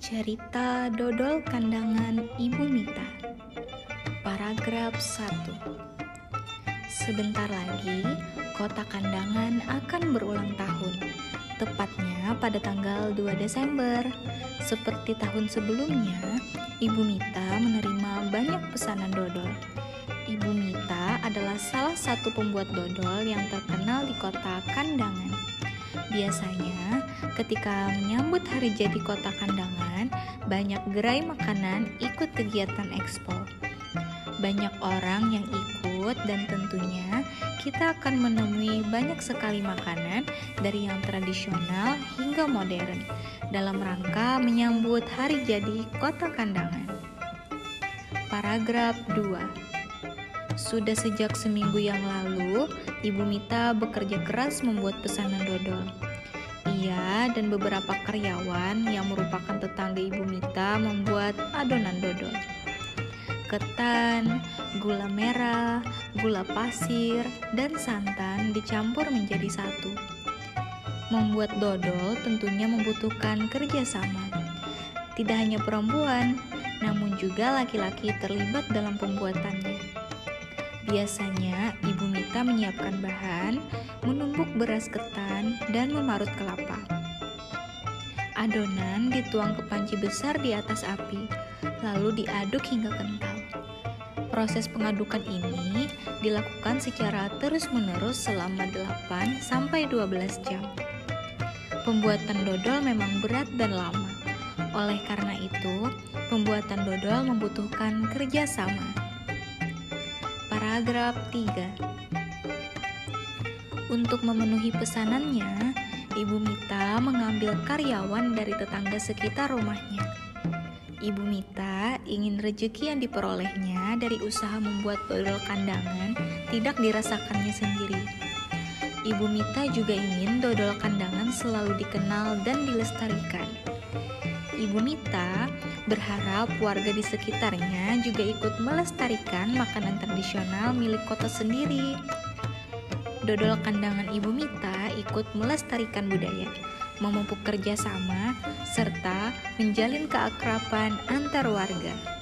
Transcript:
Cerita Dodol Kandangan Ibu Mita. Paragraf 1. Sebentar lagi, kota Kandangan akan berulang tahun, tepatnya pada tanggal 2 Desember. Seperti tahun sebelumnya, Ibu Mita menerima banyak pesanan dodol. Ibu Mita adalah salah satu pembuat dodol yang terkenal di kota Kandangan. Biasanya, ketika menyambut hari jadi kota Kandangan, banyak gerai makanan ikut kegiatan ekspo. Banyak orang yang ikut dan tentunya kita akan menemui banyak sekali makanan dari yang tradisional hingga modern dalam rangka menyambut hari jadi kota Kandangan. Paragraf 2. Sudah sejak seminggu yang lalu, Ibu Mita bekerja keras membuat pesanan dodol. Ia dan beberapa karyawan yang merupakan tetangga Ibu Mita membuat adonan dodol. Ketan, gula merah, gula pasir, dan santan dicampur menjadi satu. Membuat dodol tentunya membutuhkan kerjasama. Tidak hanya perempuan, namun juga laki-laki terlibat dalam pembuatannya. Biasanya, Ibu Mita menyiapkan bahan, menumbuk beras ketan, dan memarut kelapa. Adonan dituang ke panci besar di atas api, lalu diaduk hingga kental. Proses pengadukan ini dilakukan secara terus-menerus selama 8-12 jam. Pembuatan dodol memang berat dan lama. Oleh karena itu, pembuatan dodol membutuhkan kerjasama. Paragraf 3. Untuk memenuhi pesanannya, Ibu Mita mengambil karyawan dari tetangga sekitar rumahnya. Ibu Mita ingin rezeki yang diperolehnya dari usaha membuat dodol kandangan tidak dirasakannya sendiri. Ibu Mita juga ingin dodol kandangan selalu dikenal dan dilestarikan. Ibu Mita berharap warga di sekitarnya juga ikut melestarikan makanan tradisional milik kota sendiri. Dodol kandangan Ibu Mita ikut melestarikan budaya, memupuk kerjasama, serta menjalin keakraban antar warga.